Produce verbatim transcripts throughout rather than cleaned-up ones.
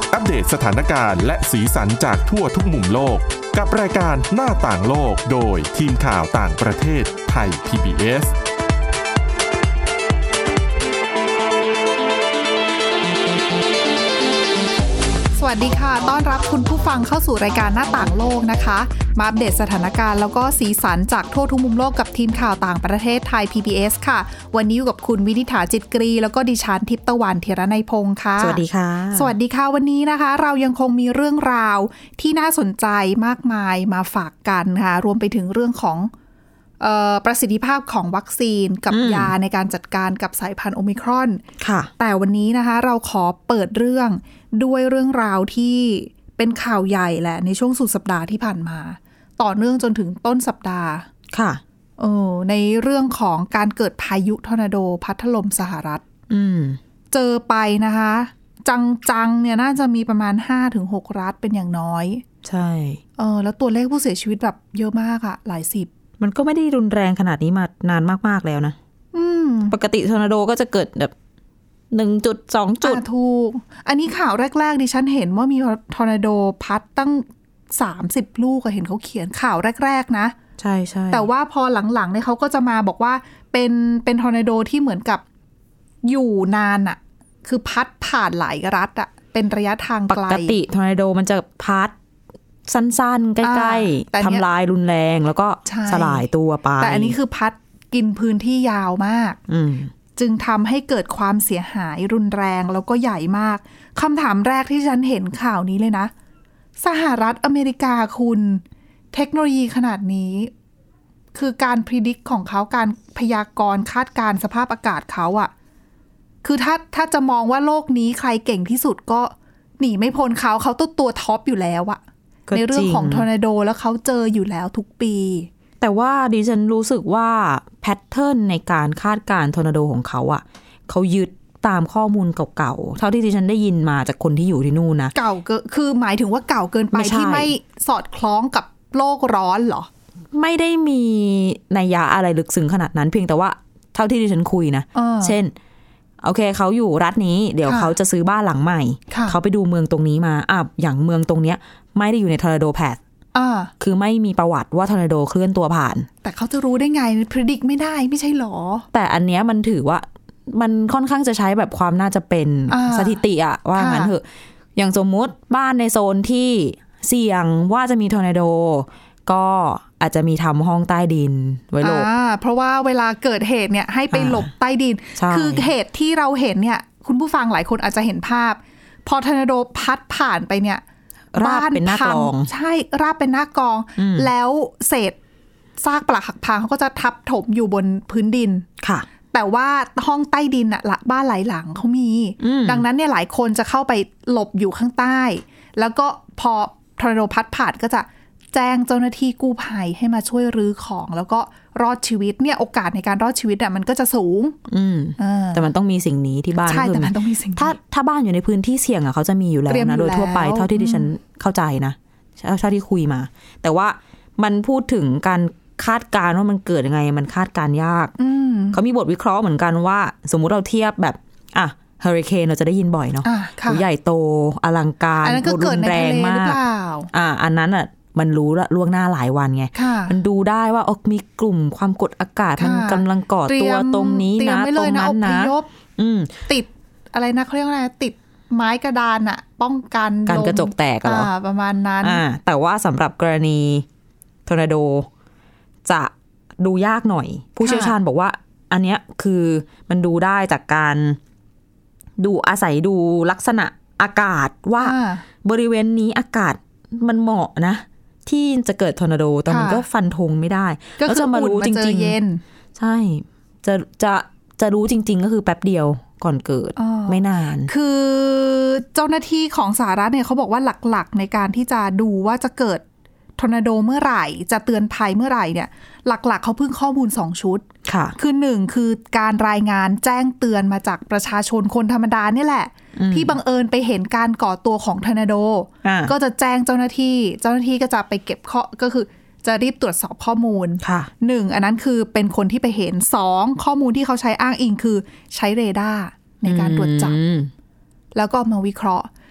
อัปเดตสถานการณ์และสีสันจากทั่วทุกมุมโลกกับรายการหน้าต่างโลกโดยทีมข่าวต่างประเทศไทย พี บี เอสสวัสดีค่ะต้อนรับคุณผู้ฟังเข้าสู่รายการหน้าต่างโลกนะคะมาอัปเดตสถานการณ์แล้วก็สีสันจากทั่วทุกมุมโลกกับทีมข่าวต่างประเทศไทย พี บี เอส ค่ะวันนี้อยู่กับคุณวินิษฐาจิตกรีแล้วก็ดิฉันทิพย์ตะวันธีรนัยพงค์ค่ะสวัสดีค่ะสวัสดีค่ะวันนี้นะคะเรายังคงมีเรื่องราวที่น่าสนใจมากมายมาฝากกันค่ะรวมไปถึงเรื่องของเอ่อประสิทธิภาพของวัคซีนกับยาในการจัดการกับสายพันธุ์โอมิครอนค่ะแต่วันนี้นะคะเราขอเปิดเรื่องด้วยเรื่องราวที่เป็นข่าวใหญ่แหละในช่วงสุดสัปดาห์ที่ผ่านมาต่อเนื่องจนถึงต้นสัปดาห์ค่ะเออในเรื่องของการเกิดพายุทอร์นาโดพัดถล่มสหรัฐอืมเจอไปนะคะจังๆเนี่ยน่าจะมีประมาณ ห้าถึงหก รัฐเป็นอย่างน้อยใช่เออแล้วตัวเลขผู้เสียชีวิตแบบเยอะมากอะหลายสิบมันก็ไม่ได้รุนแรงขนาดนี้มานานมากๆแล้วนะอืมปกติทอร์นาโดก็จะเกิดแบบหนึ่งจุดสองจุดถูกอันนี้ข่าวแรกๆดิฉันเห็นว่ามีทอร์นาโดพัดตั้งสามสิบลูกอะเห็นเขาเขียนข่าวแรกๆนะใช่ใช่แต่ว่าพอหลังๆเนี่ยเขาก็จะมาบอกว่าเป็นเป็นทอร์นาโดที่เหมือนกับอยู่นานอะคือพัดผ่านหลายรัฐอะเป็นระยะทางไกลปกติทอร์นาโดมันจะพัดสั้นๆใกล้ๆทำลายรุนแรงแล้วก็สลายตัวไปแต่อันนี้คือพัดกินพื้นที่ยาวมากจึงทำให้เกิดความเสียหายรุนแรงแล้วก็ใหญ่มากคำถามแรกที่ฉันเห็นข่าวนี้เลยนะสหรัฐอเมริกาคุณเทคโนโลยีขนาดนี้คือการพิจิตรของเขาการพยากรณ์คาดการณ์สภาพอากาศเขาอะคือถ้าถ้าจะมองว่าโลกนี้ใครเก่งที่สุดก็หนีไม่พ้นเขาเขาตัวตัวท็อปอยู่แล้วอะในเรื่องของทอร์นาโดแล้วเขาเจออยู่แล้วทุกปีแต่ว่าดิฉันรู้สึกว่าแพทเทิร์นในการคาดการณ์ทอร์นาโดของเขาอ่ะเขายึดตามข้อมูลเก่าๆเท่าที่ดิฉันได้ยินมาจากคนที่อยู่ที่นู่นนะเก่าเกินคือหมายถึงว่าเก่าเกินไปที่ไม่สอดคล้องกับโลกร้อนเหรอไม่ได้มีนัยยะอะไรลึกซึ้งขนาดนั้นเพียงแต่ว่าเท่าที่ดิฉันคุยนะเช่นโอเคเขาอยู่รัฐนี้เดี๋ยวเขาจะซื้อบ้านหลังใหม่เขาไปดูเมืองตรงนี้มาอ่ะอย่างเมืองตรงเนี้ยไม่ได้อยู่ในทอร์นาโดแพทคือไม่มีประวัติว่าทอร์นาโดเคลื่อนตัวผ่านแต่เขาจะรู้ได้ไงพิจิตรไม่ได้ไม่ใช่หรอแต่อันเนี้ยมันถือว่ามันค่อนข้างจะใช้แบบความน่าจะเป็นสถิติอะว่างั้นเถอะอย่างสมมุติบ้านในโซนที่เสี่ยงว่าจะมีทอร์นาโดก็อาจจะมีทำห้องใต้ดินไว้หลบเพราะว่าเวลาเกิดเหตุเนี่ยให้ไปหลบใต้ดินคือเหตุที่เราเห็นเนี่ยคุณผู้ฟังหลายคนอาจจะเห็นภาพพอทอร์นาโดพัดผ่านไปเนี่ยราบเป็นหน้ากองใช่ราบเป็นหน้ากองแล้วเศษซากปรักหักพังเขาก็จะทับถมอยู่บนพื้นดินค่ะแต่ว่าห้องใต้ดินอะละบ้านหลายหลังเขามีดังนั้นเนี่ยหลายคนจะเข้าไปหลบอยู่ข้างใต้แล้วก็พอทอร์นาโดพัดผ่านก็จะแจ้งเจ้าหน้าที่กู้ภัยให้มาช่วยรื้อของแล้วก็รอดชีวิตเนี่ยโอกาสในการรอดชีวิตอะมันก็จะสูงแต่มันต้องมีสิ่งนี้ที่บ้านใช่แต่มันต้องมีสิ่งถ้าถ้าบ้านอยู่ในพื้นที่เสี่ยงอะเขาจะมีอยู่แล้วนะโดยทั่วไปเท่าที่ดิฉันเข้าใจนะเท่าที่คุยมาแต่ว่ามันพูดถึงการคาดการณ์ว่ามันเกิดยังไงมันคาดการณ์ยากเขามีบทวิเคราะห์เหมือนกันว่าสมมุติเราเทียบแบบอ่ะเฮอริเคนเราจะได้ยินบ่อยเนาะใหญ่โตอลังการรุนแรงมากอ่ะอันนั้นอ่ะมันรู้ล่วงหน้าหลายวันไงมันดูได้ว่าออกมีกลุ่มความกดอากาศมันกำลังก่อตัวตรงนี้นะตรงนั้นนะติดอะไรนะเขาเรียกว่าอะไรติดไม้กระดานอะป้องกันการกระจกแตกเหรอประมาณนั้นแต่ว่าสำหรับกรณีทอร์นาโดจะดูยากหน่อยผู้เชี่ยวชาญบอกว่าอันเนี้ยคือมันดูได้จากการดูอาศัยดูลักษณะอากาศว่าบริเวณนี้อากาศมันเหมาะนะที่จะเกิดทอร์นาโดแต่มันก็ฟันธงไม่ได้แล้วจะมารู้จริงๆใช่จะจะจะรู้จริงๆก็คือแป๊บเดียวก่อนเกิดไม่นานคือเจ้าหน้าที่ของสหรัฐเนี่ยเขาบอกว่าหลักๆในการที่จะดูว่าจะเกิดทอร์นาโดเมื่อไหร่จะเตือนภัยเมื่อไหร่เนี่ยหลักๆเขาพึ่งข้อมูลสองชุดค่ะคือหนึ่งคือการรายงานแจ้งเตือนมาจากประชาชนคนธรรมดานี่แหละที่บังเอิญไปเห็นการก่อตัวของทอร์นาโดก็จะแจ้งเจ้าหน้าที่เจ้าหน้าที่ก็จะไปเก็บข้อก็คือจะรีบตรวจสอบข้อมูลหนึ่งอันนั้นคือเป็นคนที่ไปเห็นสองข้อมูลที่เขาใช้อ้างอิงคือใช้เรดาร์ในการตรวจจับแล้วก็มาวิเคราะห์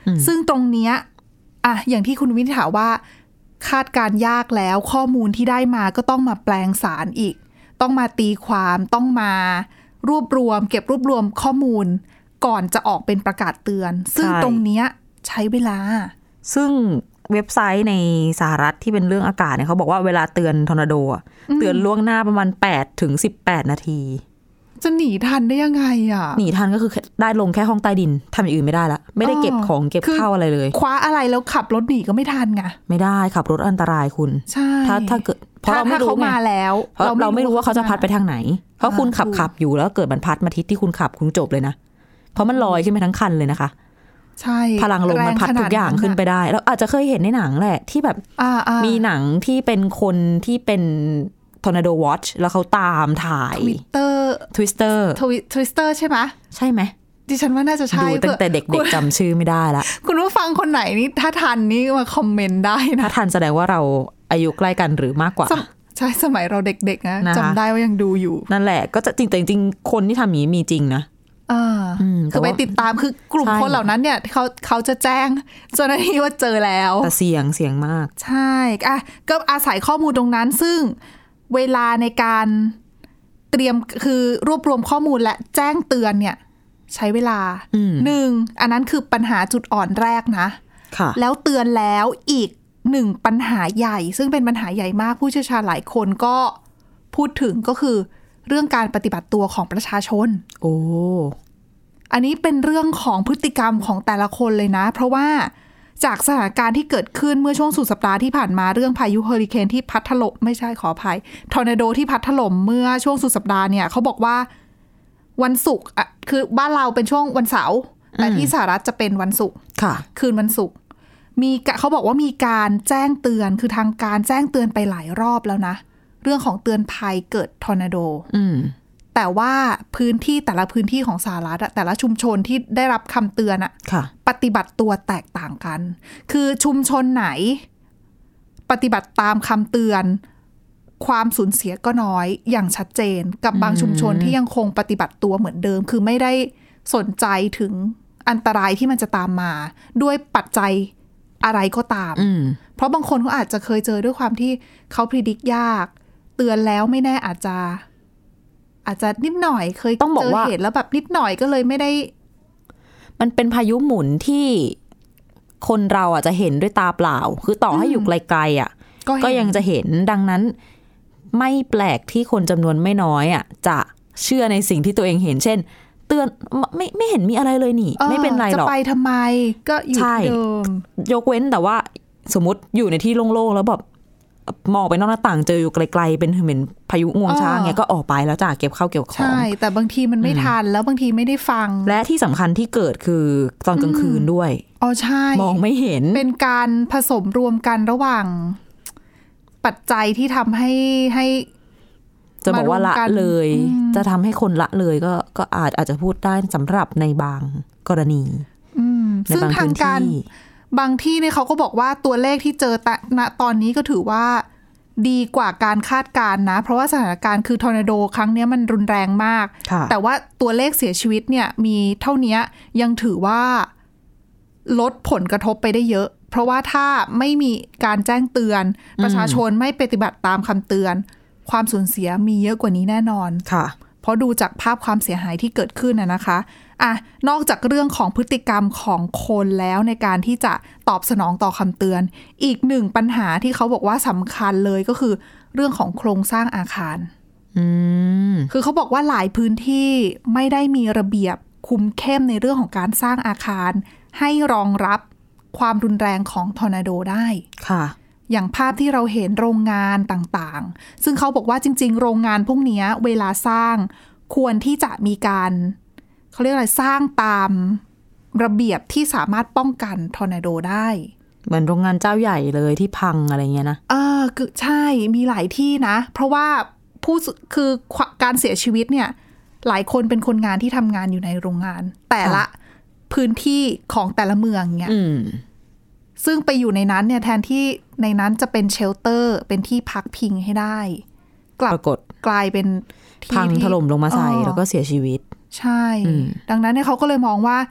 ซึ่งตรงเนี้ยอ่ะอย่างที่คุณวินิถาว่าคาดการยากแล้วข้อมูลที่ได้มาก็ต้องมาแปลงสารอีกต้องมาตีความต้องมารวบรวมเก็บรวบรวมข้อมูลก่อนจะออกเป็นประกาศเตือนซึ่งตรงเนี้ยใช้เวลาซึ่งเว็บไซต์ในสหรัฐที่เป็นเรื่องอากาศเนี่ยเขาบอกว่าเวลาเตือนทอร์นาโดเตือนล่วงหน้าประมาณแปดถึงสิบแปดนาทีจะหนีทันได้ยังไงอ่ะหนีทันก็คือได้ลงแค่ห้องใต้ดินทำอย่างอื่นไม่ได้ละไม่ได้เก็บของเก็บข้าวอะไรเลยคว้าอะไรแล้วขับรถหนีก็ไม่ทันไงไม่ได้ขับรถอันตรายคุณใช่ถ้าถ้าเกิดเพราะเราไม่รู้ไงเพราะเราไม่รู้ว่าเขาจะพัดไปทางไหนเพราะคุณขับขับอยู่แล้วเกิดมันพัดมาทิศที่คุณขับคุณจบเลยนะเพราะมันลอยขึ้นไปทั้งคันเลยนะคะใช่พลังลมมันพัดทุกอย่างขึ้นไปได้แล้วอาจจะเคยเห็นในหนังแหละที่แบบมีหนังที่เป็นคนที่เป็นTornado Watch แล้วเขาตามถ่าย Twitter Twister Twister ใช่ไหมใช่ไหมดิฉันว่าน่าจะใช่ดูตั้งแต่เด็กๆจำชื่อไม่ได้ละคุณผู้ฟังคนไหนนี่ถ้าทันนี่มาคอมเมนต์ได้นะถ้าทันแสดงว่าเราอายุใกล้กันหรือมากกว่าใช่สมัยเราเด็กๆนะจำได้ว่ายังดูอยู่นั่นแหละก็จะจริงๆจริงคนที่ทำอย่างนี้มีจริงนะอ่าคือไปติดตามคือกลุ่มคนเหล่านั้นเนี่ยเขาเขาจะแจ้งเจ้าหน้าที่ว่าเจอแล้วแต่เสียงเสียงมากใช่อ่ะก็อาศัยข้อมูลตรงนั้นซึ่งเวลาในการเตรียมคือรวบรวมข้อมูลและแจ้งเตือนเนี่ยใช้เวลาหนึ่งอันนั้นคือปัญหาจุดอ่อนแรกนะแล้วเตือนแล้วอีกหนึ่งปัญหาใหญ่ซึ่งเป็นปัญหาใหญ่มากผู้เชี่ยวชาญหลายคนก็พูดถึงก็คือเรื่องการปฏิบัติตัวของประชาชนโอ้อันนี้เป็นเรื่องของพฤติกรรมของแต่ละคนเลยนะเพราะว่าจากสถานการณ์ที่เกิดขึ้นเมื่อช่วงสุดสัปดาห์ที่ผ่านมาเรื่องพายุเฮอริเคนที่พัดถล่มไม่ใช่ขออภัยทอร์นาโดที่พัดถล่มเมื่อช่วงสุดสัปดาห์เนี่ยเขาบอกว่าวันศุกร์อ่ะคือบ้านเราเป็นช่วงวันเสาร์แต่ที่สหรัฐจะเป็นวันศุกร์คืนวันศุกร์มีเขาบอกว่ามีการแจ้งเตือนคือทางการแจ้งเตือนไปหลายรอบแล้วนะเรื่องของเตือนภัยเกิดทอร์นาโดแต่ว่าพื้นที่แต่ละพื้นที่ของสหรัฐแต่ละชุมชนที่ได้รับคำเตือนอะปฏิบัติตัวแตกต่างกันคือชุมชนไหนปฏิบัติตามคำเตือนความสูญเสียก็น้อยอย่างชัดเจนกับบางชุมชนที่ยังคงปฏิบัติตัวเหมือนเดิมคือไม่ได้สนใจถึงอันตรายที่มันจะตามมาด้วยปัจจัยอะไรก็ตามเพราะบางคนเขาอาจจะเคยเจอด้วยความที่เขาพิจิตรยากเตือนแล้วไม่แน่อาจจะอาจจะนิดหน่อยเคยต้องบอกว่าเจอเหตุแล้วแบบนิดหน่อยก็เลยไม่ได้มันเป็นพายุหมุนที่คนเราอ่ะจะเห็นด้วยตาเปล่าคือต่อให้อยู่ไกลๆอ่ะก็ยังจะเห็นดังนั้นไม่แปลกที่คนจำนวนไม่น้อยอ่ะจะเชื่อในสิ่งที่ตัวเองเห็นเช่นเตือนไม่ไม่เห็นมีอะไรเลยนี่ไม่เป็นไรหรอกจะไปทำไมก็อยู่เดิมยกเว้นแต่ว่าสมมติอยู่ในที่โล่งๆแล้วแบบมองไปนอกหน้าต่างเจออยู่ไกลๆเป็นเหมือนพายุงวงช้างเงี้ยก็ออกไปแล้วจ้ะเก็บข้าวเก็บของใช่แต่บางทีมันไม่ทันแล้วบางทีไม่ได้ฟังและที่สำคัญที่เกิดคือตอนกลางคืนด้วยอ๋อใช่มองไม่เห็นเป็นการผสมรวมกันระหว่างปัจจัยที่ทำให้ให้จะบอกว่าละเลยจะทำให้คนละเลยก็ก็อาจอาจจะพูดได้สำหรับในบางกรณีซึ่งทางการบางที่เนี่ยเขาก็บอกว่าตัวเลขที่เจอณตอนนี้ก็ถือว่าดีกว่าการคาดการณ์นะเพราะว่าสถานการณ์คือทอร์นาโดครั้งนี้มันรุนแรงมากแต่ว่าตัวเลขเสียชีวิตเนี่ยมีเท่านี้ยังถือว่าลดผลกระทบไปได้เยอะเพราะว่าถ้าไม่มีการแจ้งเตือนประชาชนไม่ปฏิบัติตามคำเตือนความสูญเสียมีเยอะกว่านี้แน่นอนค่ะเพราะดูจากภาพความเสียหายที่เกิดขึ้นน่ะนะคะอ่ะนอกจากเรื่องของพฤติกรรมของคนแล้วในการที่จะตอบสนองต่อคำเตือนอีกหนึ่งปัญหาที่เขาบอกว่าสำคัญเลยก็คือเรื่องของโครงสร้างอาคารคือเขาบอกว่าหลายพื้นที่ไม่ได้มีระเบียบคุมเข้มในเรื่องของการสร้างอาคารให้รองรับความรุนแรงของทอร์นาโดได้ค่ะอย่างภาพที่เราเห็นโรงงานต่างๆซึ่งเขาบอกว่าจริงๆโรงงานพวกนี้เวลาสร้างควรที่จะมีการเขาเรียกอะไรสร้างตามระเบียบที่สามารถป้องกันทอร์นาโดได้เหมือนโรงงานเจ้าใหญ่เลยที่พังอะไรเงี้ยนะเออคือใช่มีหลายที่นะเพราะว่าผู้คือการเสียชีวิตเนี่ยหลายคนเป็นคนงานที่ทำงานอยู่ในโรงงานแต่ละพื้นที่ของแต่ละเมืองเนี่ยซึ่งไปอยู่ในนั้นเนี่ยแทนที่ในนั้นจะเป็นเชลเตอร์เป็นที่พักพิงให้ได้กลับกลายเป็นพังถล่มลงมาใส่แล้วก็เสียชีวิตใช่ดังนั้นเนี่ยเขาก็เลยมองว่า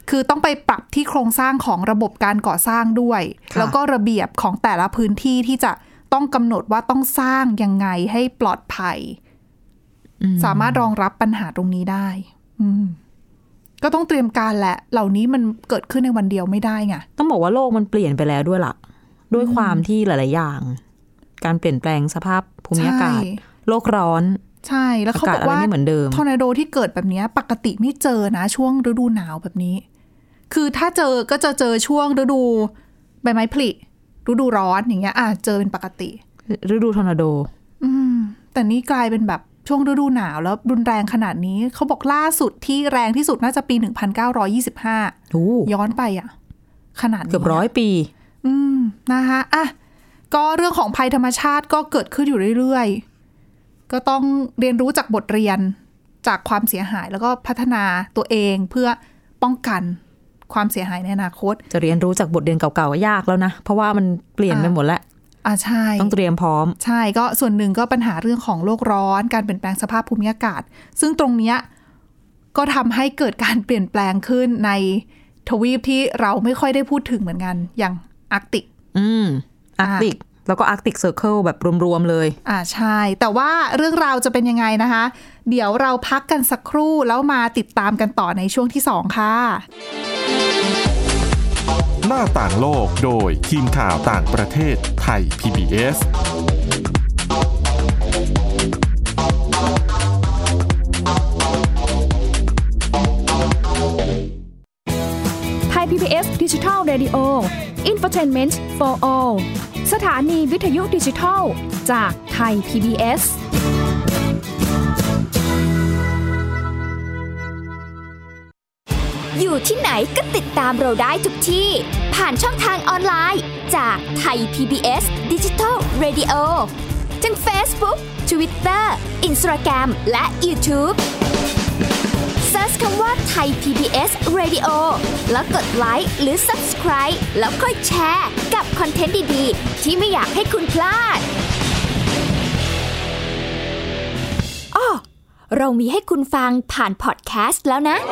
คือต้องไปปรับที่โครงสร้างของระบบการก่อสร้างด้วยแล้วก็ระเบียบของแต่ละพื้นที่ที่จะต้องกำหนดว่าต้องสร้างยังไงให้ปลอดภัยสามารถรองรับปัญหาตรงนี้ได้ก็ต้องเตรียมการแหละเหล่านี้มันเกิดขึ้นในวันเดียวไม่ได้ไงต้องบอกว่าโลกมันเปลี่ยนไปแล้วด้วยล่ะด้วยความที่หลายๆอย่างการเปลี่ยนแปลงสภาพภูมิอากาศโลกร้อนใช่แล้วเขาบอกว่าทอร์นาโดที่เกิดแบบนี้ปกติไม่เจอนะช่วงฤดูหนาวแบบนี้คือถ้าเจอก็จะเจอช่วงฤดูใบไม้ผลิฤดูร้อนอย่างเงี้ยอ่ะเจอเป็นปกติฤดูทอร์นาโดอืมแต่นี่กลายเป็นแบบช่วงฤดูหนาวแล้วรุนแรงขนาดนี้เขาบอกล่าสุดที่แรงที่สุดน่าจะปีหนึ่งพันเก้าร้อยยี่สิบห้าย้อนไปอ่ะขนาดเกือบร้อยปีอืมนะคะอ่ะก็เรื่องของภัยธรรมชาติก็เกิดขึ้นอยู่เรื่อยๆก็ต้องเรียนรู้จากบทเรียนจากความเสียหายแล้วก็พัฒนาตัวเองเพื่อป้องกันความเสียหายในอนาคตจะเรียนรู้จากบทเรียนเก่าๆยากแล้วนะเพราะว่ามันเปลี่ยนไปหมดแล้วอ่าใช่ต้องเตรียมพร้อมใช่ก็ส่วนหนึ่งก็ปัญหาเรื่องของโลกร้อนการเปลี่ยนแปลงสภาพภูมิอากาศซึ่งตรงเนี้ยก็ทำให้เกิดการเปลี่ยนแปลงขึ้นในทวีปที่เราไม่ค่อยได้พูดถึงเหมือนกันอย่างอาร์กติกอืมอาร์กติกแล้วก็อาร์กติกเซอร์เคิลแบบรวมๆเลยอ่าใช่แต่ว่าเรื่องราวจะเป็นยังไงนะคะเดี๋ยวเราพักกันสักครู่แล้วมาติดตามกันต่อในช่วงที่สองค่ะหน้าต่างโลกโดยทีมข่าวต่างประเทศไทย พี บี เอสไทย พี บี เอส Digital Radio Infotainment for All สถานีวิทยุดิจิทัลจากไทย พี บี เอสอยู่ที่ไหนก็ติดตามเราได้ทุกที่ผ่านช่องทางออนไลน์จากไทย พี บี เอส Digital Radio ทั้ง Facebook, Twitter, Instagram และ YouTubeเสิร์ชคำว่าไทย พี บี เอส Radio แล้วกดไลค์หรือ Subscribe แล้วค่อยแชร์กับคอนเทนต์ดีๆที่ไม่อยากให้คุณพลาดอ้อเรามีให้คุณฟังผ่านพอดแคสต์แล้วนะ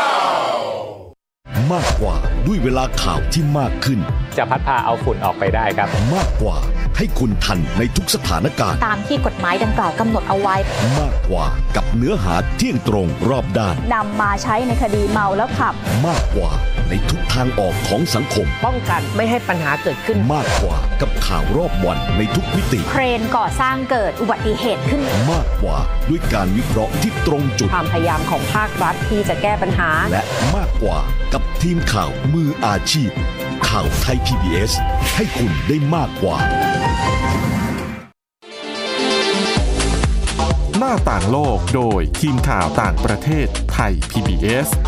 มากกว่าด้วยเวลาข่าวที่มากขึ้นจะพัดพาเอาฝุ่นออกไปได้ครับมากกว่าให้คุณทันในทุกสถานการณ์ตามที่กฎหมายดังกล่าวกำหนดเอาไว้มากกว่ากับเนื้อหาเที่ยงตรงรอบด้านนำมาใช้ในคดีเมาแล้วขับมากกว่าในทุกทางออกของสังคมป้องกันไม่ให้ปัญหาเกิดขึ้นมากกว่ากับข่าวรอบวันในทุกมิติเครนก่อสร้างเกิดอุบัติเหตุขึ้นมากกว่าด้วยการวิเคราะห์ที่ตรงจุดความพยายามของภาครัฐที่จะแก้ปัญหาและมากกว่ากับทีมข่าวมืออาชีพข่าวไทย พี บี เอส ให้คุณได้มากกว่าหน้าต่างโลกโดยทีมข่าวต่างประเทศไทย พี บี เอส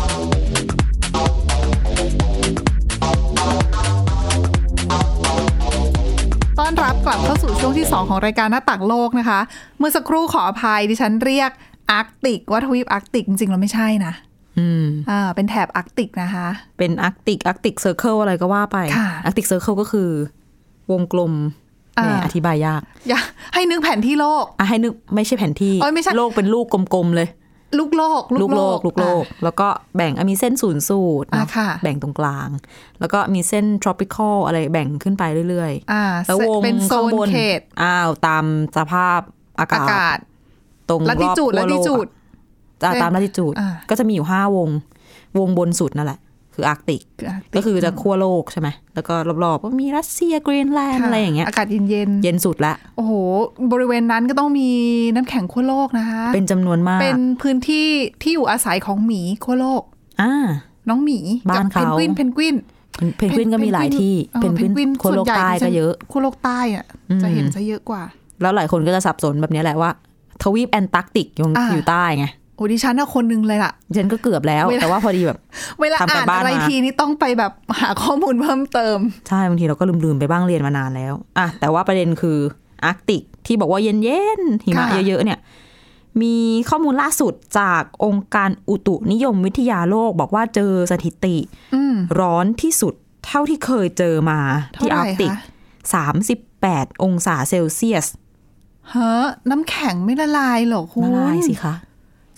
ต้อนรับกลับเข้าสู่ช่วงที่สองของรายการหน้าต่างโลกนะคะเมื่อสักครู่ขออภัยดิฉันเรียกอาร์กติกว่าทวีปอาร์กติกจริงๆแล้วไม่ใช่นะอืมอ่าเป็นแถบอาร์กติกนะคะเป็นอาร์กติกอาร์กติกเซอร์เคิลอะไรก็ว่าไปอาร์กติกเซอร์เคิลก็คือวงกลมแหมอธิบายยากอย่าให้นึกแผนที่โลกอ่ะให้นึกไม่ใช่แผนที่โลกเป็นลูกกลมๆเลยลูกโลกลูกโลกลูกโลกแล้วก็แบ่งมีเส้นศูนย์สูตรแบ่งตรงกลางแล้วก็มีเส้น tropical อะไรแบ่งขึ้นไปเรื่อยๆแล้ววงข้างบนอ้าวตามสภาพอากาศตรงรอบขั้วโลกตามลัติจูดก็จะมีอยู่ห้าวงวงบนสุดนั่นแหละคืออาร์กติกก็คือจะขั้วโลกใช่ไหมแล้วก็รอบๆก็มีรัสเซียกรีนแลนด์อะไรอย่างเงี้ยอากาศเย็นเย็นเย็นสุดละโอ้โหบริเวณนั้นก็ต้องมีน้ำแข็งขั้วโลกนะคะเป็นจำนวนมากเป็นพื้นที่ที่อยู่อาศัยของหมีขั้วโลกอ่าน้องหมีบ้านเขาเพนกวินเพนกวินเพนกวินก็มีหลายที่เพนกวินขั้วโลกใต้ก็เยอะขั้วโลกใต้อ่ะจะเห็นซะเยอะกว่าแล้วหลายคนก็จะสับสนแบบนี้แหละว่าทวีปแอนตาร์กติกอยู่ใต้ไงโอ้ดิฉันน่ะคนนึงเลยล่ะฉันก็เกือบแล้วแต่ว่าพอดีแบบเวลาอ่านอะไรทีนี่ต้องไปแบบหาข้อมูลเพิ่มเติมใช่บางทีเราก็ลืมๆไปบ้างเรียนมานานแล้วอ่ะแต่ว่าประเด็นคืออาร์กติกที่บอกว่าเย็นๆหิมะเยอะๆเนี่ยมีข้อมูลล่าสุดจากองค์การอุตุนิยมวิทยาโลกบอกว่าเจอสถิติร้อนที่สุดเท่าที่เคยเจอมาที่อาร์กติกสามสิบแปดองศาเซลเซียสฮะน้ำแข็งไม่ละลายหรอคุณละลายสิคะ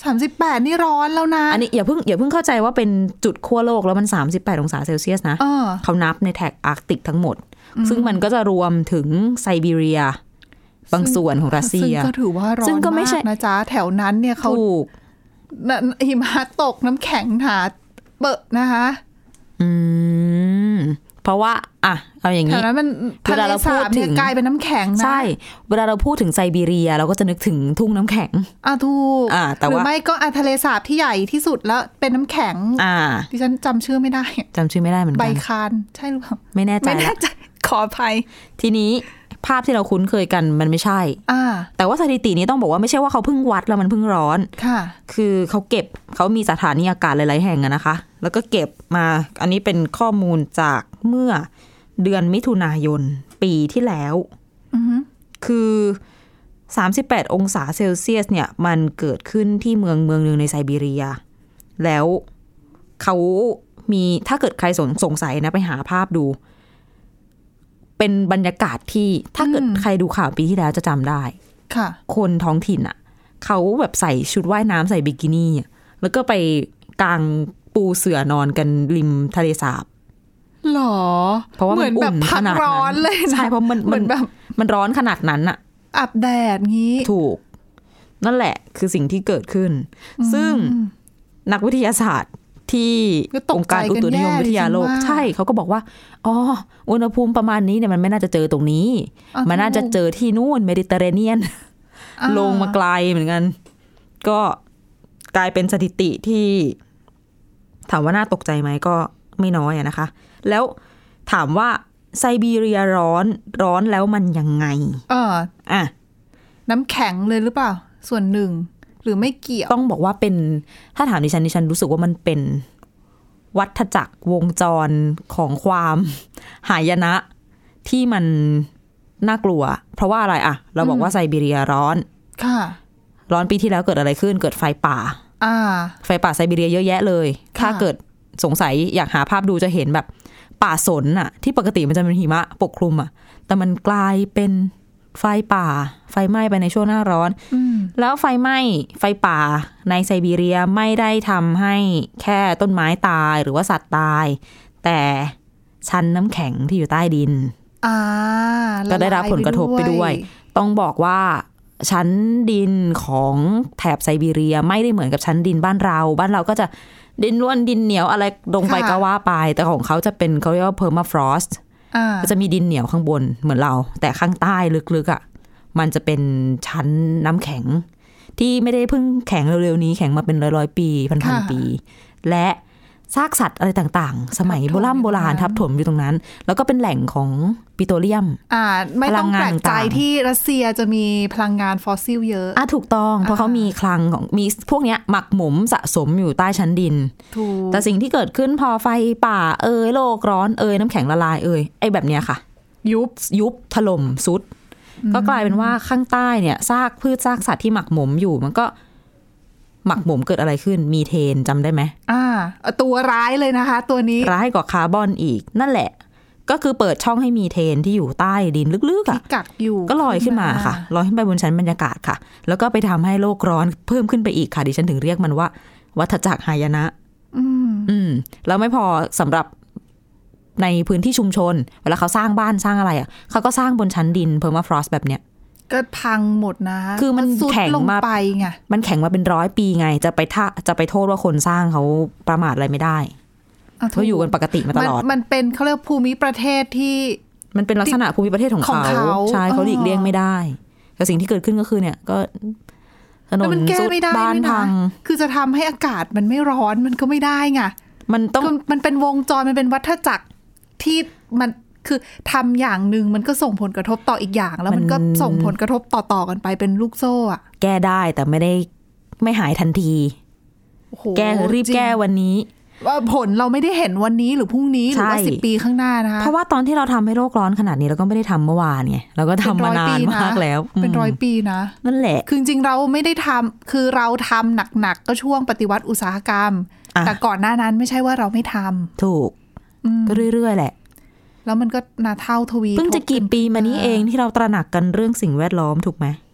สามสิบแปดนี่ร้อนแล้วนะอันนี้อย่าเพิ่งอย่าเพิ่งเข้าใจว่าเป็นจุดขั้วโลกแล้วมันสามสิบแปดองศาเซลเซียสนะเออเขานับในแท็กอาร์กติกทั้งหมดซึ่งมันก็จะรวมถึงไซบีเรียบางส่วนของรัสเซียซึ่งก็ถือว่าร้อนมากนะจ๊ะแถวนั้นเนี่ยเขาหิมะตกน้ำแข็งหนาเปอะนะคะอืมเพราะว่าอ่ะเอาอย่างนี้แถวนั้นมันทะเลสาบเนี่ยกลายเป็นน้ำแข็งนะใช่เวลาเราพูดถึงไซบีเรียเราก็จะนึกถึงทุ่งน้ำแข็งอ่ะถูกอ่าแต่ว่าหรือไม่ก็อ่ะทะเลสาบที่ใหญ่ที่สุดแล้วเป็นน้ำแข็งอ่าดิฉันจำชื่อไม่ได้จำชื่อไม่ได้เหมือนกันใบคานใช่หรือเปล่าไม่แน่ใจไม่แน่ใจขออภัยทีนี้ภาพที่เราคุ้นเคยกันมันไม่ใช่แต่ว่าสถิตินี้ต้องบอกว่าไม่ใช่ว่าเขาเพิ่งวัดแล้วมันเพิ่งร้อนค่ะคือเขาเก็บเขามีสถานีอากาศหลายๆแห่งนะคะแล้วก็เก็บมาอันนี้เป็นข้อมูลจากเมื่อเดือนมิถุนายนปีที่แล้วคือสามสิบแปดองศาเซลเซียสเนี่ยมันเกิดขึ้นที่เมืองเมืองนึงในไซบีเรียแล้วเขามีถ้าเกิดใครสงสงสัยนะไปหาภาพดูเป็นบรรยากาศที่ถ้าเกิดใครดูข่าวปีที่แล้วจะจำได้ค่ะคนท้องถิ่นอ่ะเขาแบบใส่ชุดว่ายน้ำใส่บิกินี่แล้วก็ไปกางปูเสื่อนอนกันริมทะเลสาบหรอเพราะว่ามันอุ่นขนาดนั้นใช่เพราะมันมันแบบมันร้อนขนาดนั้นอ่ะอาบแดดงี้ถูกนั่นแหละคือสิ่งที่เกิดขึ้นซึ่งนักวิทยาศาสตร์ที่องค์การอุตุนิยมวิทยาโลกใช่เขาก็บอกว่าอ๋ออุณหภูมิประมาณนี้เนี่ยมันไม่น่าจะเจอตรงนี้มันน่าจะเจอที่นู่นเมดิเตอร์เรเนียนลงมาไกลเหมือนกันก็กลายเป็นสถิติที่ถามว่าน่าตกใจไหมก็ไม่น้อยนะคะแล้วถามว่าไซบีเรียร้อนร้อนแล้วมันยังไงเอออ่ะน้ำแข็งเลยหรือเปล่าส่วนหนึ่งหรือไม่เกี่ยวต้องบอกว่าเป็นถ้าถามดิฉันดิฉันรู้สึกว่ามันเป็นวัฏจักรวงจรของความหายนะที่มันน่ากลัวเพราะว่าอะไรอ่ะเราบอกว่าไซบีเรียร้อนค่ะร้อนปีที่แล้วเกิดอะไรขึ้นเกิดไฟป่าอ่าไฟป่าไซบีเรียเยอะแยะเลยถ้าเกิดสงสัยอยากหาภาพดูจะเห็นแบบป่าสนอ่ะที่ปกติมันจะเป็นหิมะปกคลุมอ่ะแต่มันกลายเป็นไฟป่าไฟไหม้ไปในช่วงหน้าร้อนแล้วไฟไหม้ไฟป่าในไซบีเรียไม่ได้ทำให้แค่ต้นไม้ตายหรือว่าสัตว์ตายแต่ชั้นน้ำแข็งที่อยู่ใต้ดินก็ได้รับผลกระทบไปด้วยต้องบอกว่าชั้นดินของแถบไซบีเรียไม่ได้เหมือนกับชั้นดินบ้านเราบ้านเราก็จะดินร่วนดินเหนียวอะไรลงไปก็ว่าไปแต่ของเขาจะเป็นเขาเรียกว่า permafrostก็จะมีดินเหนียวข้างบนเหมือนเราแต่ข้างใต้ลึกๆอ่ะมันจะเป็นชั้นน้ำแข็งที่ไม่ได้เพิ่งแข็งเร็วๆนี้แข็งมาเป็นร้อยๆปีพันๆปีและซากสัตว์อะไรต่างๆสมัยโบราณโบราณทับถมอยู่ตรงนั้นแล้วก็เป็นแหล่งของปิโตรเลียมอ่าไม่ต้องแปลกใจที่รัสเซียจะมีพลังงานฟอสซิลเยอะอ่ะถูกต้องเพราะเขามีคลังของมีพวกเนี้ยหมักหมมสะสมอยู่ใต้ชั้นดินแต่สิ่งที่เกิดขึ้นพอไฟป่าเอ่ยโลกร้อนเอ่ยน้ำแข็งละลายเอ่ยไอ้แบบเนี้ยค่ะยุบยุบถล่มซุดก็กลายเป็นว่าข้างใต้เนี่ยซากพืชซากสัตว์ที่หมักหมมอยู่มันก็หมักหมมเกิดอะไรขึ้นมีเทนจำได้ไหมอ่าตัวร้ายเลยนะคะตัวนี้ร้ายกว่าคาร์บอนอีกนั่นแหละก็คือเปิดช่องให้มีเทนที่อยู่ใต้ดินลึกๆอ่ะกักอยู่ก็ลอยขึ้นมาค่ะลอยขึ้นไปบนชั้นบรรยากาศค่ะแล้วก็ไปทำให้โลกร้อนเพิ่มขึ้นไปอีกค่ะดิฉันถึงเรียกมันว่าวัฏจักรหายนะอืมอืมแล้วไม่พอสำหรับในพื้นที่ชุมชนเวลาเขาสร้างบ้านสร้างอะไรอ่ะเขาก็สร้างบนชั้นดินเพอร์มาฟรอสต์แบบเนี้ยก็พังหมดนะคือมันแข็งมาไปไงมันแข็งมาเป็นร้อยปีไงจะไปท่าจะไปโทษว่าคนสร้างเขาประมาทอะไรไม่ได้เขาอยู่กันปกติมาตลอดมันเป็นเขาเรียกภูมิประเทศที่มันเป็นลักษณะภูมิประเทศของเขาใช่เขาหลีกเลี่ยงไม่ได้แต่สิ่งที่เกิดขึ้นก็คือเนี่ยก็ถนนสุดบ้านพังคือจะทำให้อากาศมันไม่ร้อนมันก็ไม่ได้ไงมันต้องมันเป็นวงจรมันเป็นวัฏจักรที่มันคือทำอย่างหนึ่งมันก็ส่งผลกระทบต่ออีกอย่างแล้วมันก็ส่งผลกระทบต่อๆกันไปเป็นลูกโซ่อะแก้ได้แต่ไม่ได้ไม่หายทันทีแก้รีบแก้วันนี้ว่าผลเราไม่ได้เห็นวันนี้หรือพรุ่งนี้หรือว่าสิบปีข้างหน้านะคะเพราะว่าตอนที่เราทำให้โลกร้อนขนาดนี้เราก็ไม่ได้ทำเมื่อวานไงเราก็ทำมานานมากแล้วเป็นร้อยปีนะนั่นแหละคือจริงๆเราไม่ได้ทำคือเราทำหนักๆก็ช่วงปฏิวัติอุตสาหกรรมแต่ก่อนหน้านั้นไม่ใช่ว่าเราไม่ทำถูกก็เรื่อยๆแหละแล้วมันก็นาเท่าทวีเพิ่งจะกี่ปีมานี้เองที่เราตระหนักกันเรื่องสิ่งแวดล้อมถูกไหม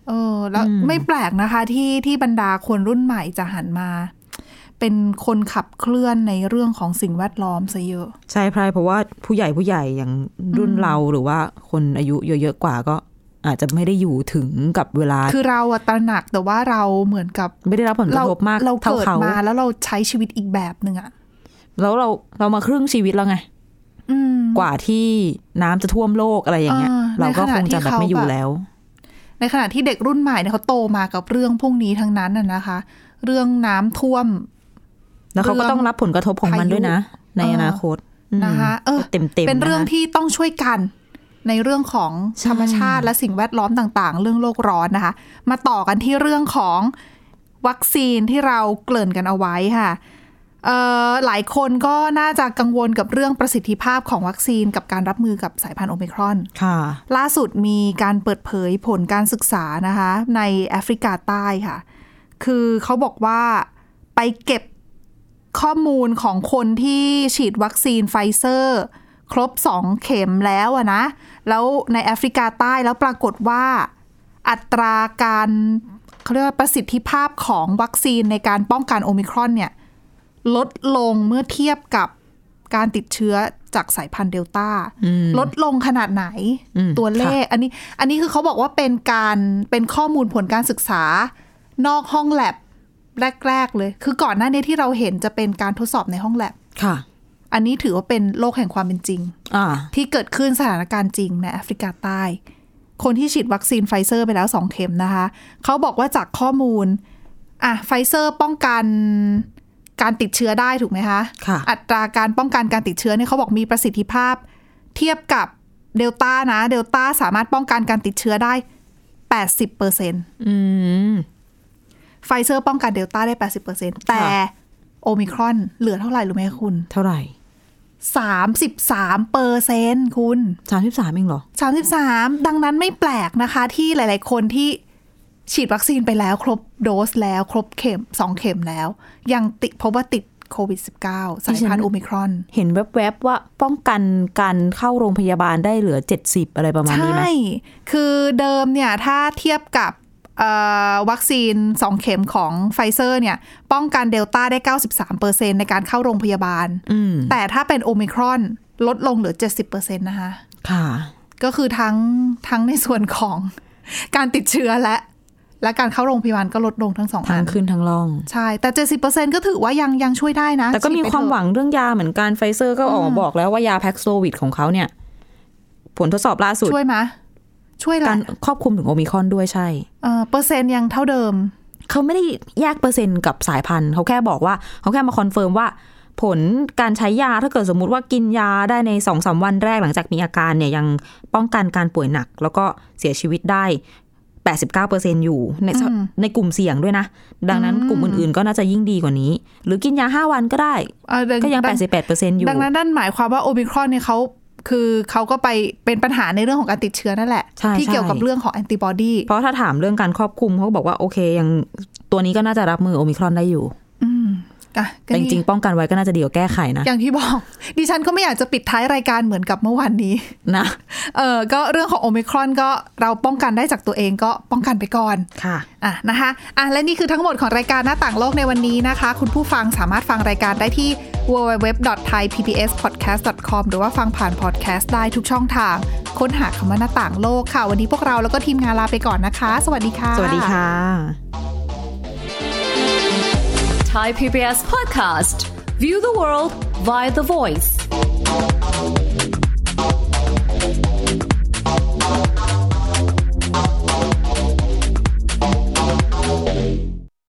เออแล้วไม่แปลกนะคะที่ที่บรรดาคนรุ่นใหม่จะหันมาเป็นคนขับเคลื่อนในเรื่องของสิ่งแวดล้อมซะเยอะใช่พายเพราะว่าผู้ใหญ่ผู้ใหญ่อย่างรุ่นเราหรือว่าคนอายุเยอะๆกว่าก็อาจจะไม่ได้อยู่ถึงกับเวลาคือเราอะตระหนักแต่ว่าเราเหมือนกับไม่ได้รับผลกระทบมากเราเกิดมาแล้วเราใช้ชีวิตอีกแบบนึงอะแล้วเราเรามาครึ่งชีวิตแล้วไงกว่าที่น้ำจะท่วมโลกอะไรอย่างเงี้ยเราก็คงจะแบบไม่อยู่แล้วในขณะที่เด็กรุ่นใหม่เนี่ยเขาโตมากับเรื่องพวกนี้ทั้งนั้นน่ะนะคะเรื่องน้ำท่วมแล้วเขาก็ต้องรับผลกระทบของมันด้วยนะในอนาคตนะคะเออเต็มๆเป็นเรื่องที่ต้องช่วยกันในเรื่องของธรรมชาติและสิ่งแวดล้อมต่างๆเรื่องโลกร้อนนะคะมาต่อกันที่เรื่องของวัคซีนที่เราเกริ่นกันเอาไว้ค่ะหลายคนก็น่าจะกังวลกับเรื่องประสิทธิภาพของวัคซีนกับการรับมือกับสายพันธุ์โอไมครอนค่ะล่าสุดมีการเปิดเผยผลการศึกษานะคะในแอฟริกาใต้ค่ะคือเขาบอกว่าไปเก็บข้อมูลของคนที่ฉีดวัคซีนไฟเซอร์ครบสองเข็มแล้วอะนะแล้วในแอฟริกาใต้แล้วปรากฏว่าอัตราการเขาเรียกว่าประสิทธิภาพของวัคซีนในการป้องกันโอไมครอนเนี่ยลดลงเมื่อเทียบกับการติดเชื้อจากสายพันธุ์เดลต้าลดลงขนาดไหนตัวเลขอันนี้อันนี้คือเขาบอกว่าเป็นการเป็นข้อมูลผลการศึกษานอกห้องแลบแรกๆเลยคือก่อนหน้านี้ที่เราเห็นจะเป็นการทดสอบในห้องแลบค่ะอันนี้ถือว่าเป็นโลกแห่งความเป็นจริงที่เกิดขึ้นสถานการณ์จริงในแอฟริกาใต้คนที่ฉีดวัคซีนไฟเซอร์ไปแล้วสองเข็มนะคะเขาบอกว่าจากข้อมูลอ่ะไฟเซอร์ป้องกันการติดเชื้อได้ถูกไหมคะคะอัตราการป้องกันการติดเชื้อเนี่ยเขาบอกมีประสิทธิภาพเทียบกับเดลต้านะเดลต้าสามารถป้องกันการติดเชื้อได้ แปดสิบเปอร์เซ็นต์อืมไฟเซอร์ป้องกันเดลต้าได้ แปดสิบเปอร์เซ็นต์ แต่โอมิครอนเหลือเท่าไหร่รู้ไหมคุณเท่าไหร่สามสิบสามเปอร์เซ็นต์ คุณสามสิบสามเองเหรอสามสิบสามดังนั้นไม่แปลกนะคะที่หลายๆคนที่ฉีดวัคซีนไปแล้วครบโดสแล้วครบเข็มสองเข็มแล้วยังติดเพราะว่าติดโควิด สิบเก้า สายพันธุ์โอมิครอนเห็นแวบๆว่าป้องกันการเข้าโรงพยาบาลได้เหลือเจ็ดสิบอะไรประมาณนี้ไหมใช่คือเดิมเนี่ยถ้าเทียบกับวัคซีนสองเข็มของไฟเซอร์เนี่ยป้องกันเดลต้าได้ เก้าสิบสามเปอร์เซ็นต์ ในการเข้าโรงพยาบาลแต่ถ้าเป็นโอมิครอนลดลงเหลือ เจ็ดสิบเปอร์เซ็นต์ นะคะค่ะก็คือทั้งทั้งในส่วนของการติดเชื้อและและการเข้าโรงพยาบาลก็ลดลงทั้งสองอันทั้งขึ้นทั้งลงใช่แต่ เจ็ดสิบเปอร์เซ็นต์ ก็ถือว่ายังยังช่วยได้นะแต่ก็มีความหวังเรื่องยาเหมือนกันไฟเซอร์ก็ออกมาบอกแล้วว่ายาแพ็กโซวิดของเขาเนี่ยผลทดสอบล่าสุดช่วยไหมช่วยการครอบคลุมถึงโอมิครอนด้วยใช่เออเปอร์เซ็นต์ยังเท่าเดิมเขาไม่ได้แยกเปอร์เซ็นต์กับสายพันธุ์เขาแค่บอกว่าเขาแค่มาคอนเฟิร์มว่าผลการใช้ยาถ้าเกิดสมมุติว่ากินยาได้ใน สองถึงสาม วันแรกหลังจากมีอาการเนี่ยยังป้องกันการป่วยหนักแล้วก็เสียชีวิตได้ แปดสิบเก้าเปอร์เซ็นต์ อยู่ในในกลุ่มเสี่ยงด้วยนะดังนั้นกลุ่มอื่นๆก็น่าจะยิ่งดีกว่านี้หรือกินยาห้าวันก็ได้ก็ยัง แปดสิบแปดเปอร์เซ็นต์ อยู่ดังนั้นนั่นหมายความว่าโอมิครอนเนี่ยเขาคือเขาก็ไปเป็นปัญหาในเรื่องของการติดเชื้อนั่นแหละที่เกี่ยวกับเรื่องของแอนติบอดีเพราะถ้าถามเรื่องการครอบคลุมเขาบอกว่าโอเคยังตัวนี้ก็น่าจะรับมือโอมิครอนได้อยู่แต่จริงๆป้องกันไว้ก็น่าจะดีกว่าแก้ไขนะอย่างที่บอกดิฉันก็ไม่อยากจะปิดท้ายรายการเหมือนกับเมื่อวานนี้นะเออก็เรื่องของโอมิครอนก็เราป้องกันได้จากตัวเองก็ป้องกันไปก่อนค่ะอ่ะนะคะอ่ะและนี่คือทั้งหมดของรายการหน้าต่างโลกในวันนี้นะคะคุณผู้ฟังสามารถฟังรายการได้ที่ ดับเบิลยู ดับเบิลยู ดับเบิลยู ดอท ไทย พี บี เอส พอดแคสต์ ดอท คอม หรือว่าฟังผ่านพอดแคสต์ได้ทุกช่องทางค้นหาคำว่าหน้าต่างโลกค่ะวันนี้พวกเราแล้วก็ทีมงานลาไปก่อนนะคะสวัสดีค่ะสวัสดีค่ะ Thai พี บี เอส Podcast View the world via the voice